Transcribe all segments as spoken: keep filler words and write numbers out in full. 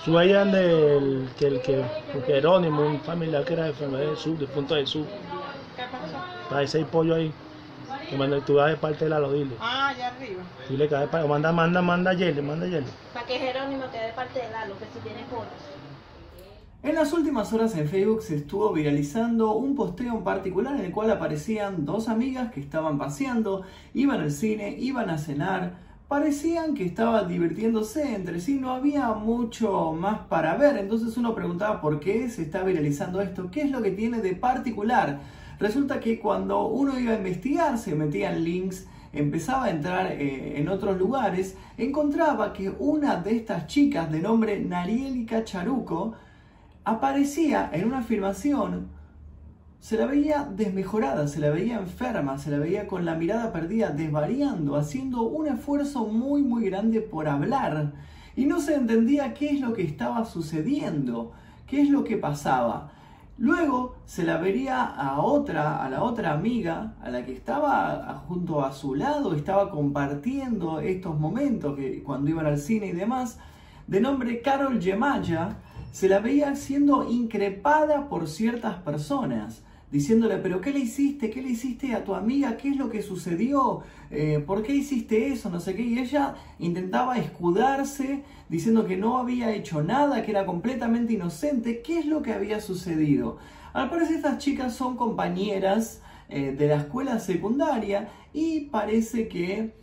Su allá del que el que Jerónimo, un familiar que era de enfermedad de Jesús, difunto de Jesús. ¿Qué pasó? Para ese pollo ahí. Que manda, tú das de parte de la dile. Ah, allá arriba. Dile que da de parte. Manda, manda, manda a Yele, manda a Yele. Para que Jerónimo te dé parte de Lalo, que si tiene fotos. En las últimas horas en Facebook se estuvo viralizando un posteo en particular en el cual aparecían dos amigas que estaban paseando, iban al cine, iban a cenar, parecían que estaban divirtiéndose entre sí, no había mucho más para ver, entonces uno preguntaba por qué se está viralizando esto, qué es lo que tiene de particular. Resulta que cuando uno iba a investigar, se metía en links, empezaba a entrar eh, en otros lugares, encontraba que una de estas chicas de nombre Narielica Charuco aparecía en una filmación, se la veía desmejorada, se la veía enferma, se la veía con la mirada perdida, desvariando, haciendo un esfuerzo muy muy grande por hablar. Y no se entendía qué es lo que estaba sucediendo, qué es lo que pasaba. Luego se la vería a otra, a la otra amiga, a la que estaba junto a su lado, estaba compartiendo estos momentos que cuando iban al cine y demás, de nombre Carol Yemaya. Se la veía siendo increpada por ciertas personas, diciéndole, pero ¿qué le hiciste? ¿Qué le hiciste a tu amiga? ¿Qué es lo que sucedió? Eh, ¿Por qué hiciste eso? No sé qué. Y ella intentaba escudarse, diciendo que no había hecho nada, que era completamente inocente. ¿Qué es lo que había sucedido? Al parecer estas chicas son compañeras eh, de la escuela secundaria y parece que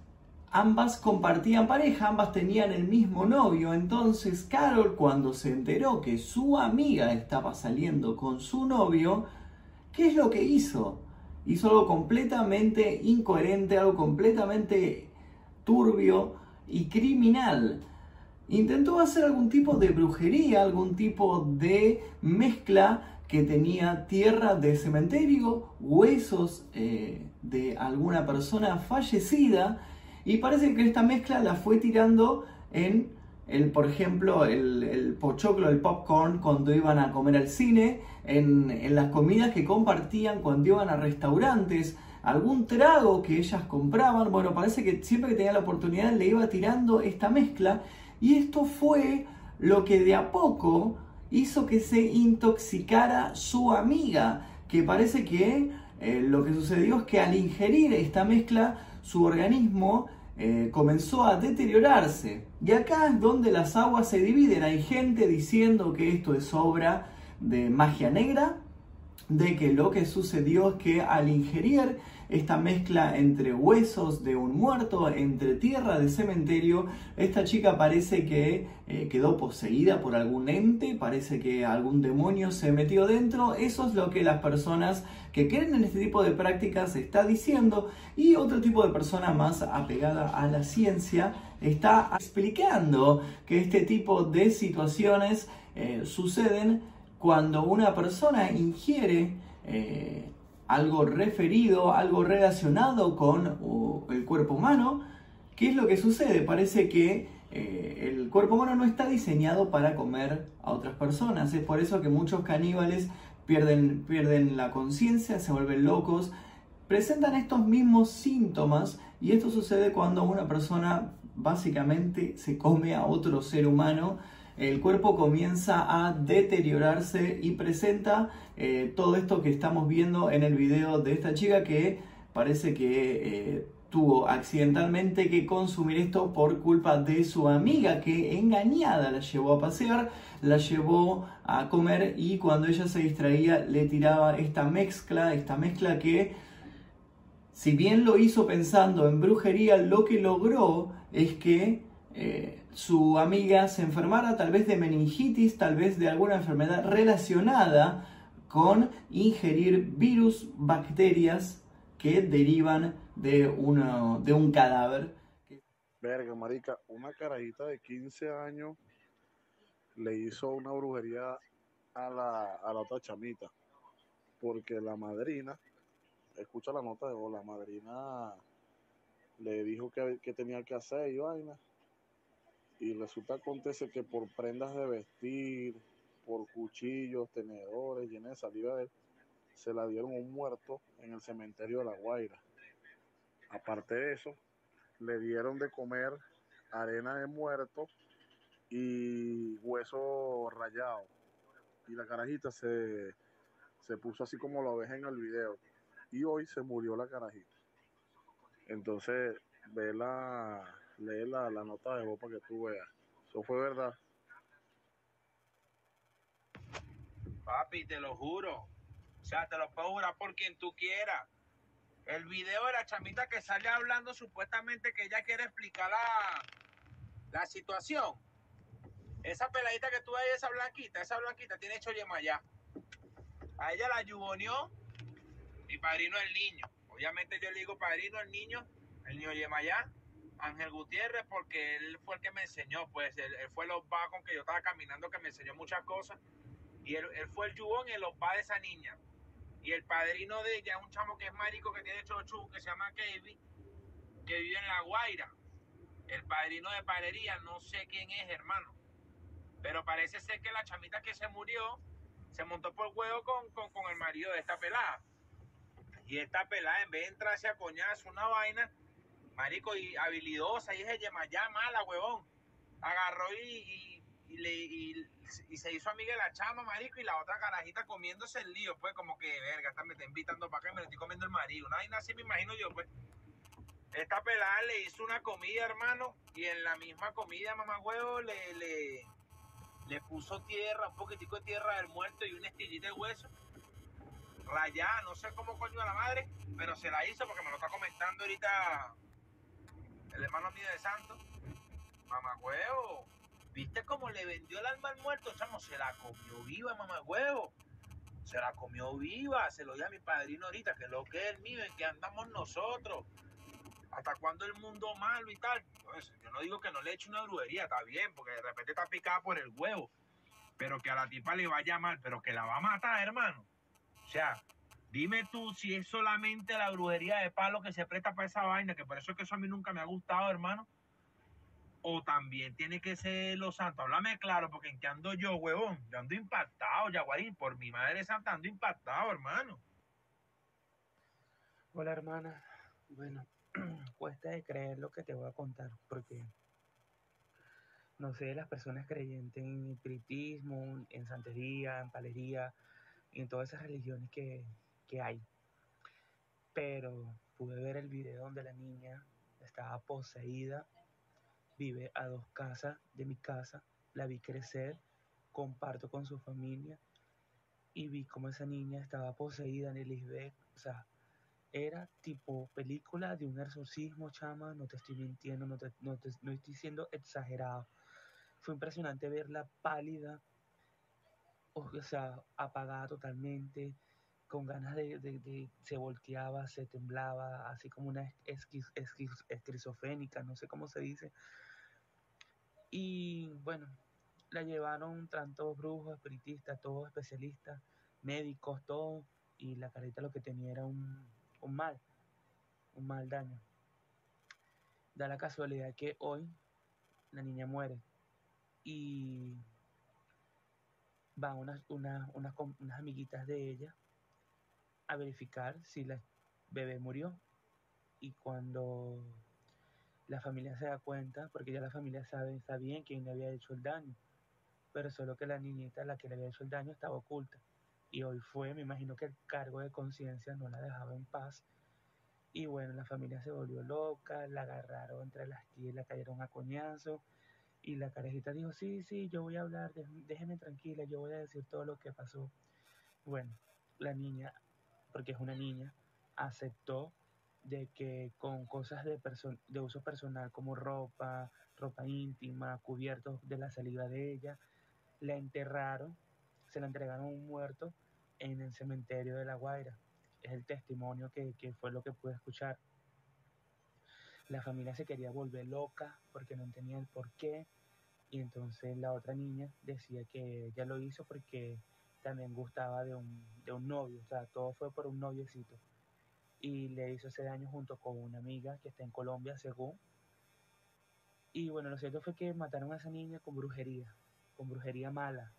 ambas compartían pareja, ambas tenían el mismo novio, entonces Carol cuando se enteró que su amiga estaba saliendo con su novio, ¿qué es lo que hizo? Hizo algo completamente incoherente, algo completamente turbio y criminal. Intentó hacer algún tipo de brujería, algún tipo de mezcla que tenía tierra de cementerio, huesos eh, de alguna persona fallecida, y parece que esta mezcla la fue tirando en, el, por ejemplo, el, el pochoclo, el popcorn cuando iban a comer al cine, en, en las comidas que compartían cuando iban a restaurantes, algún trago que ellas compraban. Bueno, parece que siempre que tenía la oportunidad le iba tirando esta mezcla, y esto fue lo que de a poco hizo que se intoxicara su amiga, que parece que eh, lo que sucedió es que al ingerir esta mezcla su organismo eh, comenzó a deteriorarse. Y acá es donde las aguas se dividen. Hay gente diciendo que esto es obra de magia negra, de que lo que sucedió es que al ingerir esta mezcla entre huesos de un muerto, entre tierra de cementerio, esta chica parece que eh, quedó poseída por algún ente, parece que algún demonio se metió dentro. Eso es lo que las personas que creen en este tipo de prácticas está diciendo, y otro tipo de persona más apegada a la ciencia está explicando que este tipo de situaciones eh, suceden cuando una persona ingiere eh, algo referido, algo relacionado con uh, el cuerpo humano. ¿Qué es lo que sucede? Parece que eh, el cuerpo humano no está diseñado para comer a otras personas. Es por eso que muchos caníbales pierden, pierden la conciencia, se vuelven locos, presentan estos mismos síntomas, y esto sucede cuando una persona básicamente se come a otro ser humano. El cuerpo comienza a deteriorarse y presenta eh, todo esto que estamos viendo en el video de esta chica, que parece que eh, tuvo accidentalmente que consumir esto por culpa de su amiga, que engañada la llevó a pasear, la llevó a comer, y cuando ella se distraía le tiraba esta mezcla, esta mezcla que, si bien lo hizo pensando en brujería, lo que logró es que eh, su amiga se enfermara tal vez de meningitis, tal vez de alguna enfermedad relacionada con ingerir virus, bacterias que derivan de, uno, de un cadáver. Verga, marica, una carajita de quince años le hizo una brujería a la, a la otra chamita, porque la madrina, escucha la nota de voz, la madrina le dijo que, que tenía que hacer y vaina, y resulta acontece que por prendas de vestir, por cuchillos, tenedores, llenas de saliva de él, se la dieron a un muerto en el cementerio de La Guaira. Aparte de eso, le dieron de comer arena de muerto y hueso rayado. Y la carajita se, se puso así como lo ves en el video. Y hoy se murió la carajita. Entonces, ve la, lee la, la nota de voz para que tú veas. Eso fue verdad. Papi, te lo juro. O sea, te lo puedo jurar por quien tú quieras. El video de la chamita que sale hablando supuestamente que ella quiere explicar la, la situación. Esa peladita que tú ves, esa blanquita, esa blanquita tiene hecho Yemayá. A ella la yuboneó mi padrino el niño. Obviamente yo le digo padrino el niño, el niño Yemayá, Ángel Gutiérrez, porque él fue el que me enseñó, pues él, él fue los va con que yo estaba caminando, que me enseñó muchas cosas. Y él, él fue el yubón y el va de esa niña. Y el padrino de ella es un chamo que es marico, que tiene chochu, que se llama Kevin, que vive en La Guaira. El padrino de padrería, no sé quién es, hermano. Pero parece ser que la chamita que se murió se montó por el huevo con, con, con el marido de esta pelada. Y esta pelada, en vez de entrarse a coñazo una vaina, marico, y habilidosa, y es Yemayá mala, huevón. Agarró y, y, y, le, y, y se hizo amiga de la chama, marico, y la otra carajita comiéndose el lío, pues, como que, verga, esta me está invitando para acá y me lo estoy comiendo el marido. Una vaina así me imagino yo, pues. Esta pelada le hizo una comida, hermano, y en la misma comida, mamá huevo, le, le, le puso tierra, un poquitico de tierra del muerto y una estillita de hueso. Rayada, no sé cómo coño a la madre, pero se la hizo porque me lo está comentando ahorita el hermano mío de Santos. Mamá huevo, ¿viste cómo le vendió el alma al muerto, chamo? Se la comió viva, mamá huevo. Se la comió viva, se lo di a mi padrino ahorita, que es lo que es el mío, en que andamos nosotros. ¿Hasta cuándo el mundo malo y tal? Pues, yo no digo que no le eche una brujería, está bien, porque de repente está picada por el huevo, pero que a la tipa le vaya mal, pero que la va a matar, hermano. O sea, dime tú si es solamente la brujería de palo que se presta para esa vaina, que por eso es que eso a mí nunca me ha gustado, hermano. O también tiene que ser los santos. Háblame claro, porque en qué ando yo, huevón. Yo ando impactado, Yaguarín. Por mi madre santa ando impactado, hermano. Hola, hermana. Bueno, cuesta de creer lo que te voy a contar, porque no sé, las personas creyentes en espiritismo, en santería, en palería, en todas esas religiones que, que hay. Pero pude ver el video donde la niña estaba poseída, vive a dos casas de mi casa, la vi crecer, comparto con su familia y vi cómo esa niña estaba poseída en el Lisbeth, o sea, era tipo película de un exorcismo, chama, no te estoy mintiendo, no, te, no, te, no estoy siendo exagerado. Fue impresionante verla pálida, o sea, apagada totalmente, con ganas de, de, de se volteaba, se temblaba, así como una esquiz, esquiz, esquizofrénica, no sé cómo se dice. Y bueno, la llevaron tanto brujos, espiritistas, todos especialistas, médicos, todo, y la carita lo que tenía era un, un mal, un mal daño. Da la casualidad que hoy la niña muere y van unas, unas, unas, unas amiguitas de ella a verificar si la bebé murió. Y cuando la familia se da cuenta, porque ya la familia sabe, sabía quién le había hecho el daño, pero solo que la niñita, la que le había hecho el daño, estaba oculta. Y hoy fue, me imagino que el cargo de conciencia no la dejaba en paz. Y bueno, la familia se volvió loca, la agarraron entre las tías, la cayeron a coñazo. Y la carajita dijo, sí, sí, yo voy a hablar, déjeme tranquila, yo voy a decir todo lo que pasó. Bueno, la niña, porque es una niña, aceptó de que con cosas de, perso- de uso personal como ropa, ropa íntima, cubiertos de la saliva de ella, la enterraron, se la entregaron a un muerto en el cementerio de La Guaira. Es el testimonio que, que fue lo que pude escuchar. La familia se quería volver loca porque no entendía el por qué. Y entonces la otra niña decía que ella lo hizo porque también gustaba de un, de un novio. O sea, todo fue por un noviecito. Y le hizo ese daño junto con una amiga que está en Colombia, según. Y bueno, lo cierto fue que mataron a esa niña con brujería, con brujería mala.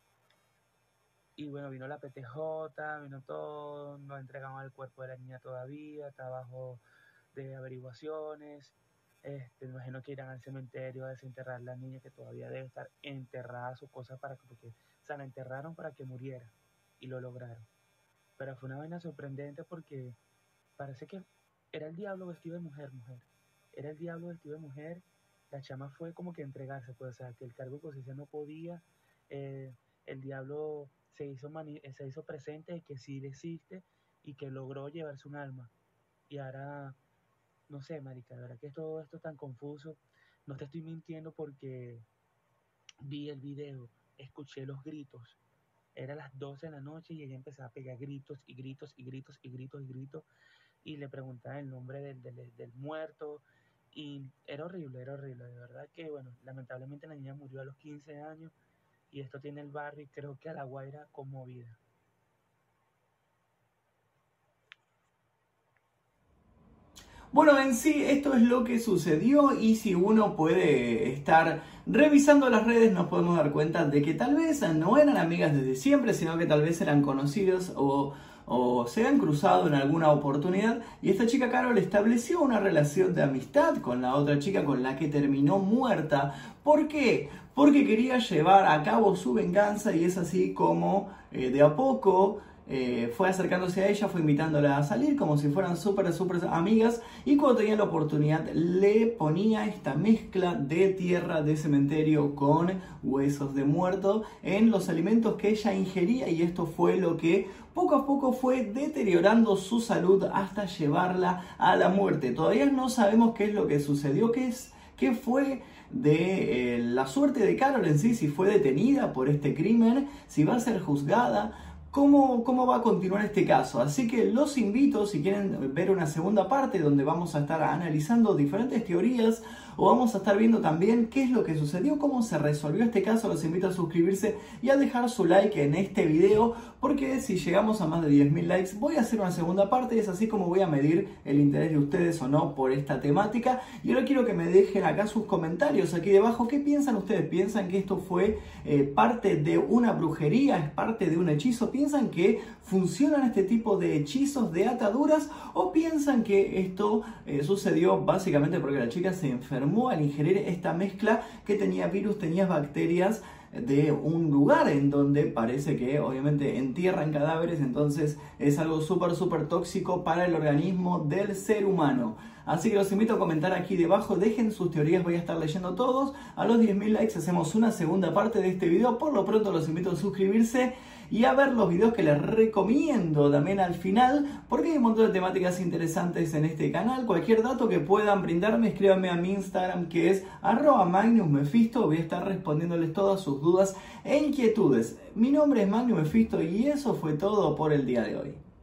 Y bueno, vino la P T J, vino todo, no entregaban el cuerpo de la niña todavía, trabajo de averiguaciones. Este, me imagino que irán al cementerio a desenterrar la niña que todavía debe estar enterrada, sus cosas, para que, porque, o sea, la enterraron para que muriera y lo lograron. Pero fue una vaina sorprendente porque parece que era el diablo vestido de mujer, mujer. Era el diablo vestido de mujer. La chama fue como que entregarse, pues, o sea, que el cargo de conciencia no podía. Eh, el diablo se hizo, mani se hizo presente de que sí existe y que logró llevarse un alma. Y ahora, no sé, marica, de verdad que todo esto es tan confuso. No te estoy mintiendo porque vi el video, escuché los gritos. Era las doce de la noche y ella empezaba a pegar gritos y gritos y gritos y gritos y gritos. Y le preguntaba el nombre del, del, del muerto. Y era horrible, era horrible. De verdad que, bueno, lamentablemente la niña murió a los quince años. Y esto tiene el barrio y creo que a La Guaira conmovida. Bueno, en sí esto es lo que sucedió, y si uno puede estar revisando las redes nos podemos dar cuenta de que tal vez no eran amigas desde siempre, sino que tal vez eran conocidos o, o se han cruzado en alguna oportunidad, y esta chica Carol estableció una relación de amistad con la otra chica con la que terminó muerta. ¿Por qué? Porque quería llevar a cabo su venganza, y es así como eh, de a poco Eh, fue acercándose a ella, fue invitándola a salir como si fueran súper, súper amigas, y cuando tenía la oportunidad le ponía esta mezcla de tierra de cementerio con huesos de muerto en los alimentos que ella ingería, y esto fue lo que poco a poco fue deteriorando su salud hasta llevarla a la muerte. Todavía no sabemos qué es lo que sucedió, qué es, qué fue de eh, la suerte de Carol en sí, si fue detenida por este crimen, si va a ser juzgada. ¿Cómo, ¿Cómo va a continuar este caso? Así que los invito, si quieren ver una segunda parte donde vamos a estar analizando diferentes teorías, o vamos a estar viendo también qué es lo que sucedió, cómo se resolvió este caso, los invito a suscribirse y a dejar su like en este video, porque si llegamos a más de diez mil likes voy a hacer una segunda parte, y es así como voy a medir el interés de ustedes o no por esta temática. Y ahora quiero que me dejen acá sus comentarios aquí debajo. ¿Qué piensan ustedes? ¿Piensan que esto fue eh, parte de una brujería? ¿Es parte de un hechizo? ¿Piensan que funcionan este tipo de hechizos, de ataduras? ¿O piensan que esto eh, sucedió básicamente porque la chica se enfermó al ingerir esta mezcla que tenía virus, tenía bacterias de un lugar en donde parece que obviamente entierran cadáveres, entonces es algo súper súper tóxico para el organismo del ser humano? Así que los invito a comentar aquí debajo, dejen sus teorías, voy a estar leyendo todos. A los diez mil likes hacemos una segunda parte de este video. Por lo pronto los invito a suscribirse y a ver los videos que les recomiendo también al final, porque hay un montón de temáticas interesantes en este canal. Cualquier dato que puedan brindarme, escríbanme a mi Instagram, que es arroba Magnus Mephisto. Voy a estar respondiéndoles todas sus dudas e inquietudes. Mi nombre es Magnus Mephisto y eso fue todo por el día de hoy.